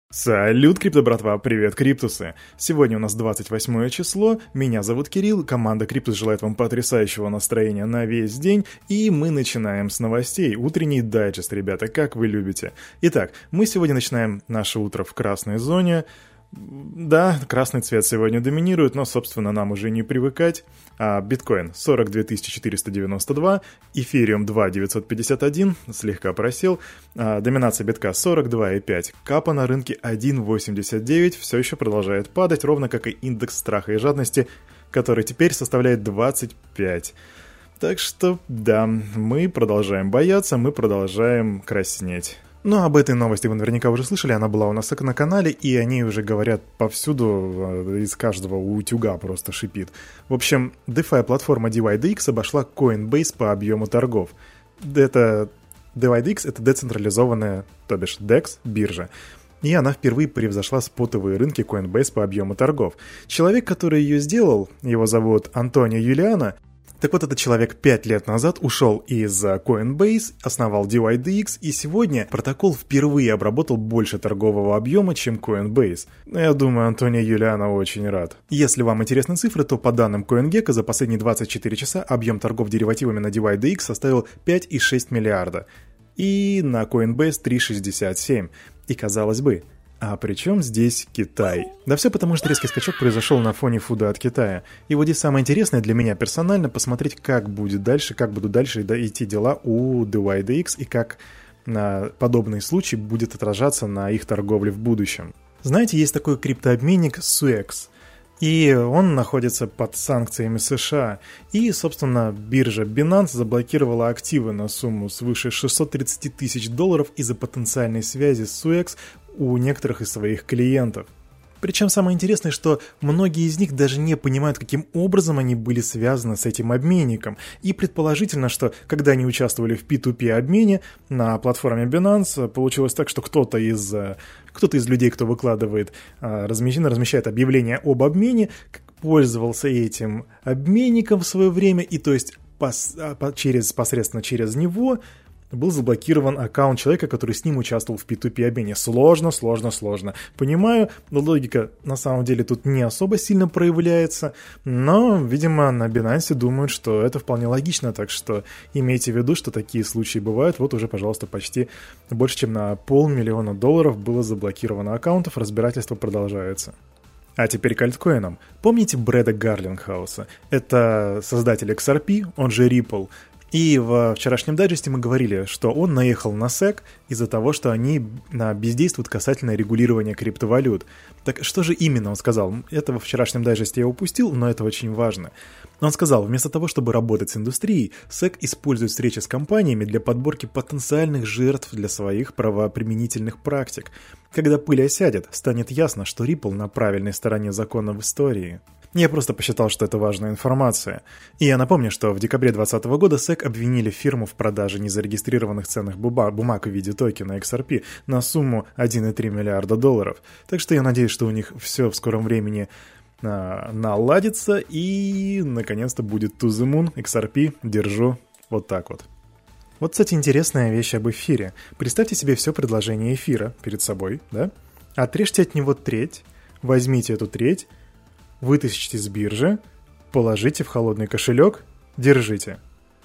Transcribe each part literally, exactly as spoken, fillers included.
Салют, крипто братва, привет, криптусы! Сегодня у нас двадцать восьмое число, меня зовут Кирилл, команда Криптус желает вам потрясающего настроения на весь день, и мы начинаем с новостей, утренний дайджест, ребята, как вы любите. Итак, мы сегодня начинаем наше утро в красной зоне. Да, красный цвет сегодня доминирует, но, собственно, нам уже не привыкать. А, биткоин сорок две тысячи четыреста девяносто два, эфириум два тысячи девятьсот пятьдесят один, слегка просел. А, доминация битка сорок два и пять, капа на рынке один целых восемьдесят девять, все еще продолжает падать, ровно как и индекс страха и жадности, который теперь составляет двадцать пять. Так что, да, мы продолжаем бояться, мы продолжаем краснеть. Но об этой новости вы наверняка уже слышали, она была у нас на канале, и они уже говорят повсюду, из каждого утюга просто шипит. В общем, DeFi-платформа ди вай ди экс обошла Coinbase по объему торгов. Это ди вай ди экс — это децентрализованная, то бишь декс, биржа. И она впервые превзошла спотовые рынки Coinbase по объему торгов. Человек, который ее сделал, его зовут Антонио Юлиано. Так вот, этот человек пять лет назад ушел из Coinbase, основал ди вай ди экс, и сегодня протокол впервые обработал больше торгового объема, чем Coinbase. Я думаю, Антонио Юлиано очень рад. Если вам интересны цифры, то по данным CoinGecko за последние двадцать четыре часа объем торгов деривативами на ди вай ди экс составил пять целых шесть десятых миллиарда, и на Coinbase три целых шестьдесят семь сотых. И казалось бы, а при чем здесь Китай? Да все потому, что резкий скачок произошел на фоне фуда от Китая. И вот здесь самое интересное для меня персонально посмотреть, как будет дальше, как будут дальше идти дела у ди вай ди экс и как на подобный случай будет отражаться на их торговле в будущем. Знаете, есть такой криптообменник суэкс. И он находится под санкциями США. И, собственно, биржа Binance заблокировала активы на сумму свыше шестьсот тридцать тысяч долларов из-за потенциальной связи с суэкс у некоторых из своих клиентов. Причем самое интересное, что многие из них даже не понимают, каким образом они были связаны с этим обменником. И предположительно, что когда они участвовали в пи ту пи обмене на платформе Binance, получилось так, что кто-то из, кто-то из людей, кто выкладывает, размещает, размещает объявление об обмене, пользовался этим обменником в свое время, и то есть пос, через, посредственно через него был заблокирован аккаунт человека, который с ним участвовал в пи ту пи обмене. Сложно, сложно, сложно. Понимаю, но логика на самом деле тут не особо сильно проявляется, но, видимо, на Binance думают, что это вполне логично, так что имейте в виду, что такие случаи бывают. Вот уже, пожалуйста, почти больше, чем на полмиллиона долларов было заблокировано аккаунтов, разбирательство продолжается. А теперь к альткоинам. Помните Брэда Гарлингхауса? Это создатель икс ар пи, он же Ripple. И в вчерашнем дайджесте мы говорили, что он наехал на сек из-за того, что они бездействуют касательно регулирования криптовалют. Так что же именно он сказал? Это во вчерашнем дайджесте я упустил, но это очень важно. Он сказал, вместо того, чтобы работать с индустрией, сек использует встречи с компаниями для подборки потенциальных жертв для своих правоприменительных практик. Когда пыль осядет, станет ясно, что Ripple на правильной стороне закона в истории. Я просто посчитал, что это важная информация. И я напомню, что в декабре двадцатого года сек обвинили фирму в продаже незарегистрированных ценных бумаг в виде токена икс ар пи на сумму один целых три миллиарда долларов. Так что я надеюсь, что у них все в скором времени а, наладится и наконец-то будет to the moon. икс ар пи держу вот так вот. Вот, кстати, интересная вещь об эфире. Представьте себе все предложение эфира перед собой, да? Отрежьте от него треть, возьмите эту треть, вытащите с биржи, положите в холодный кошелек, держите.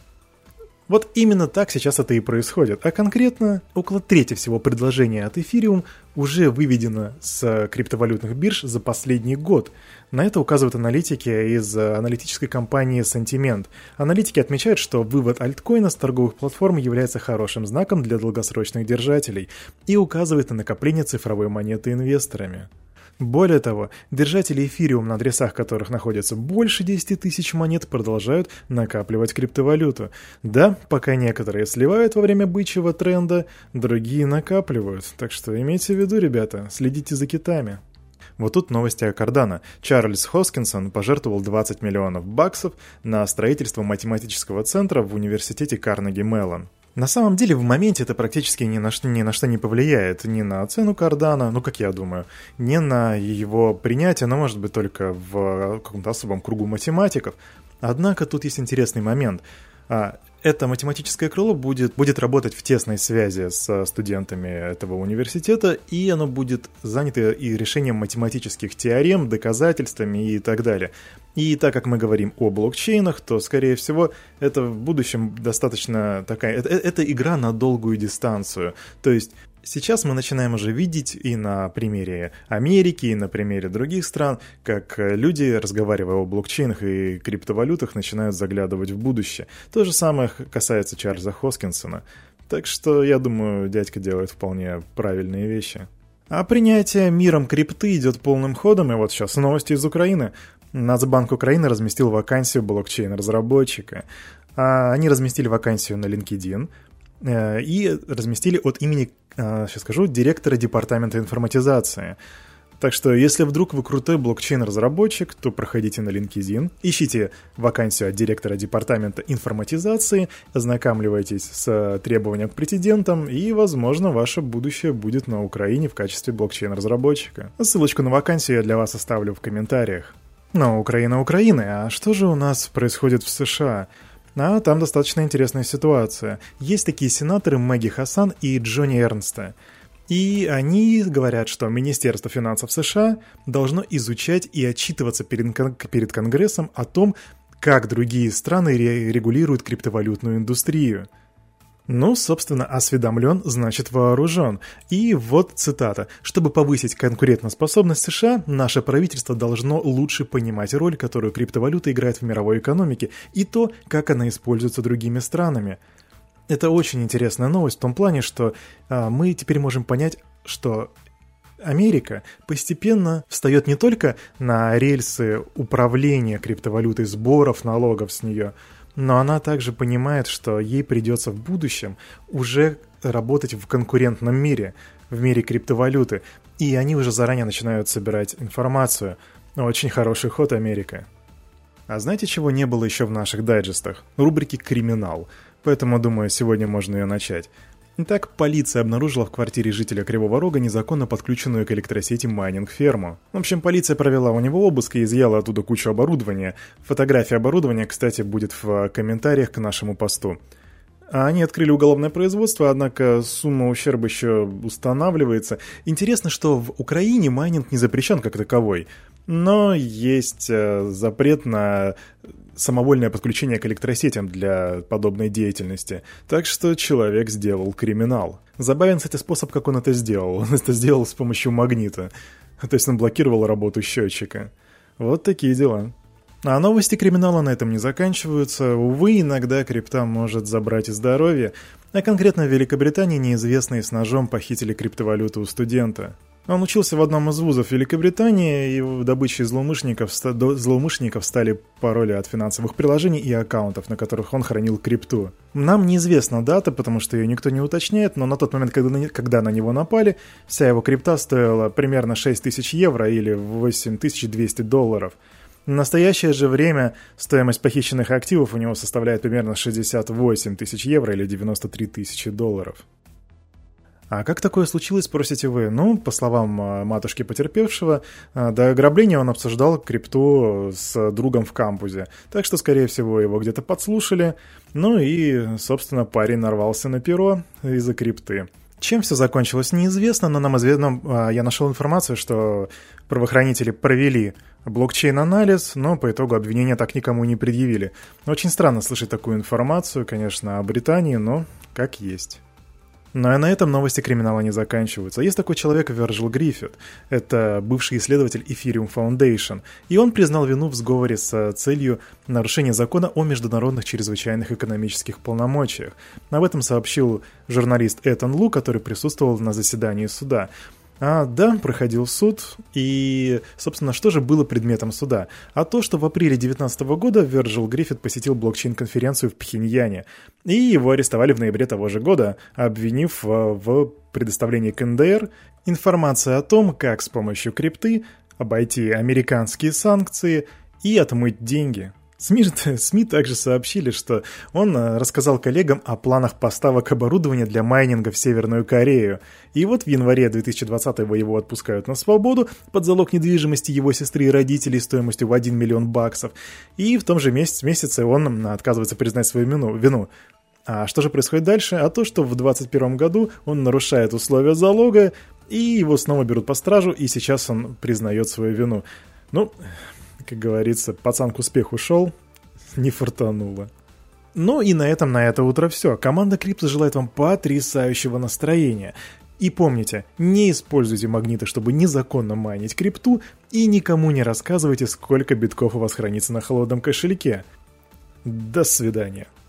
Вот именно так сейчас это и происходит. А конкретно около трети всего предложения от Ethereum уже выведено с криптовалютных бирж за последний год. На это указывают аналитики из аналитической компании Sentiment. Аналитики отмечают, что вывод альткоина с торговых платформ является хорошим знаком для долгосрочных держателей и указывает на накопление цифровой монеты инвесторами. Более того, держатели эфириум, на адресах которых находится больше десять тысяч монет, продолжают накапливать криптовалюту. Да, пока некоторые сливают во время бычьего тренда, другие накапливают. Так что имейте в виду, ребята, следите за китами. Вот тут новости о Cardano. Чарльз Хоскинсон пожертвовал двадцать миллионов баксов на строительство математического центра в университете Карнеги Меллон. На самом деле, в моменте это практически ни на что, ни на что не повлияет. Ни на цену Cardano, ну, как я думаю, ни на его принятие, но, может быть, только в каком-то особом кругу математиков. Однако тут есть интересный момент. это математическое крыло будет, будет работать в тесной связи с студентами этого университета, и оно будет занято и решением математических теорем, доказательствами и так далее. И так как мы говорим о блокчейнах, то, скорее всего, это в будущем достаточно такая... Это, это игра на долгую дистанцию. То есть сейчас мы начинаем уже видеть и на примере Америки, и на примере других стран, как люди, разговаривая о блокчейнах и криптовалютах, начинают заглядывать в будущее. То же самое касается Чарльза Хоскинсона. Так что, я думаю, дядька делает вполне правильные вещи. А принятие миром крипты идет полным ходом, и вот сейчас новости из Украины. Нацбанк Украины разместил вакансию блокчейн-разработчика. Они разместили вакансию на LinkedIn и разместили от имени, сейчас скажу, директора департамента информатизации. Так что, если вдруг вы крутой блокчейн-разработчик, то проходите на LinkedIn, ищите вакансию от директора департамента информатизации, ознакомливайтесь с требованием к претендентам, и, возможно, ваше будущее будет на Украине в качестве блокчейн-разработчика. Ссылочку на вакансию я для вас оставлю в комментариях. Но Украина Украины, а что же у нас происходит в США? А там достаточно интересная ситуация. Есть такие сенаторы Мэгги Хасан и Джонни Эрнста. И они говорят, что Министерство финансов США должно изучать и отчитываться перед, перед Конгрессом о том, как другие страны регулируют криптовалютную индустрию. Ну, собственно, осведомлен, значит вооружен. И вот цитата. «Чтобы повысить конкурентоспособность США, наше правительство должно лучше понимать роль, которую криптовалюта играет в мировой экономике, и то, как она используется другими странами». Это очень интересная новость в том плане, что а, мы теперь можем понять, что Америка постепенно встает не только на рельсы управления криптовалютой, сборов налогов с нее, но она также понимает, что ей придется в будущем уже работать в конкурентном мире, в мире криптовалюты. И они уже заранее начинают собирать информацию. Очень хороший ход, Америка. А знаете, чего не было еще в наших дайджестах? Рубрики «Криминал». Поэтому, думаю, сегодня можно ее начать. Итак, полиция обнаружила в квартире жителя Кривого Рога незаконно подключенную к электросети майнинг-ферму. В общем, полиция провела у него обыск и изъяла оттуда кучу оборудования. Фотография оборудования, кстати, будет в комментариях к нашему посту. Они открыли уголовное производство, однако сумма ущерба еще устанавливается. Интересно, что в Украине майнинг не запрещен как таковой, но есть запрет на самовольное подключение к электросетям для подобной деятельности. Так что человек сделал криминал. Забавен, кстати, способ, как он это сделал. Он это сделал с помощью магнита. То есть он блокировал работу счетчика. Вот такие дела. А новости криминала на этом не заканчиваются. Увы, иногда крипта может забрать и здоровье. А конкретно в Великобритании неизвестные с ножом похитили криптовалюту у студента. Он учился в одном из вузов Великобритании, и в добыче злоумышленников, злоумышленников стали пароли от финансовых приложений и аккаунтов, на которых он хранил крипту. Нам неизвестна дата, потому что ее никто не уточняет, но на тот момент, когда на, когда на него напали, вся его крипта стоила примерно шесть тысяч евро или восемь тысяч двести долларов. В настоящее же время стоимость похищенных активов у него составляет примерно шестьдесят восемь тысяч евро или девяносто три тысячи долларов. А как такое случилось, спросите вы? Ну, по словам матушки потерпевшего, до ограбления он обсуждал крипту с другом в кампусе. Так что, скорее всего, его где-то подслушали. Ну и, собственно, парень нарвался на перо из-за крипты. Чем все закончилось, неизвестно, но нам известно, я нашел информацию, что правоохранители провели блокчейн-анализ, но по итогу обвинения так никому не предъявили. Очень странно слышать такую информацию, конечно, о Британии, но как есть. Но и на этом новости криминала не заканчиваются. Есть такой человек Вирджил Гриффит. Это бывший исследователь Ethereum Foundation. И он признал вину в сговоре с целью нарушения закона о международных чрезвычайных экономических полномочиях. Об этом сообщил журналист Этан Лу, который присутствовал на заседании суда. А, да, проходил суд, и, собственно, что же было предметом суда? А то, что в апреле две тысячи девятнадцатого года Вирджил Гриффит посетил блокчейн-конференцию в Пхеньяне, и его арестовали в ноябре того же года, обвинив в предоставлении ка эн дэ эр информации о том, как с помощью крипты обойти американские санкции и отмыть деньги СМИ, СМИ также сообщили, что он рассказал коллегам о планах поставок оборудования для майнинга в Северную Корею. И вот в январе две тысячи двадцатого его отпускают на свободу под залог недвижимости его сестры и родителей стоимостью в один миллион баксов. И в том же месяц, месяце он отказывается признать свою вину. вину. А что же происходит дальше? А то, что в двадцать первом году он нарушает условия залога, и его снова берут по стражу, и сейчас он признает свою вину. Ну... Как говорится, пацан к успеху шел, не фартануло. Ну и на этом на это утро все. Команда Cryptos желает вам потрясающего настроения. И помните, не используйте магниты, чтобы незаконно майнить крипту, и никому не рассказывайте, сколько битков у вас хранится на холодном кошельке. До свидания.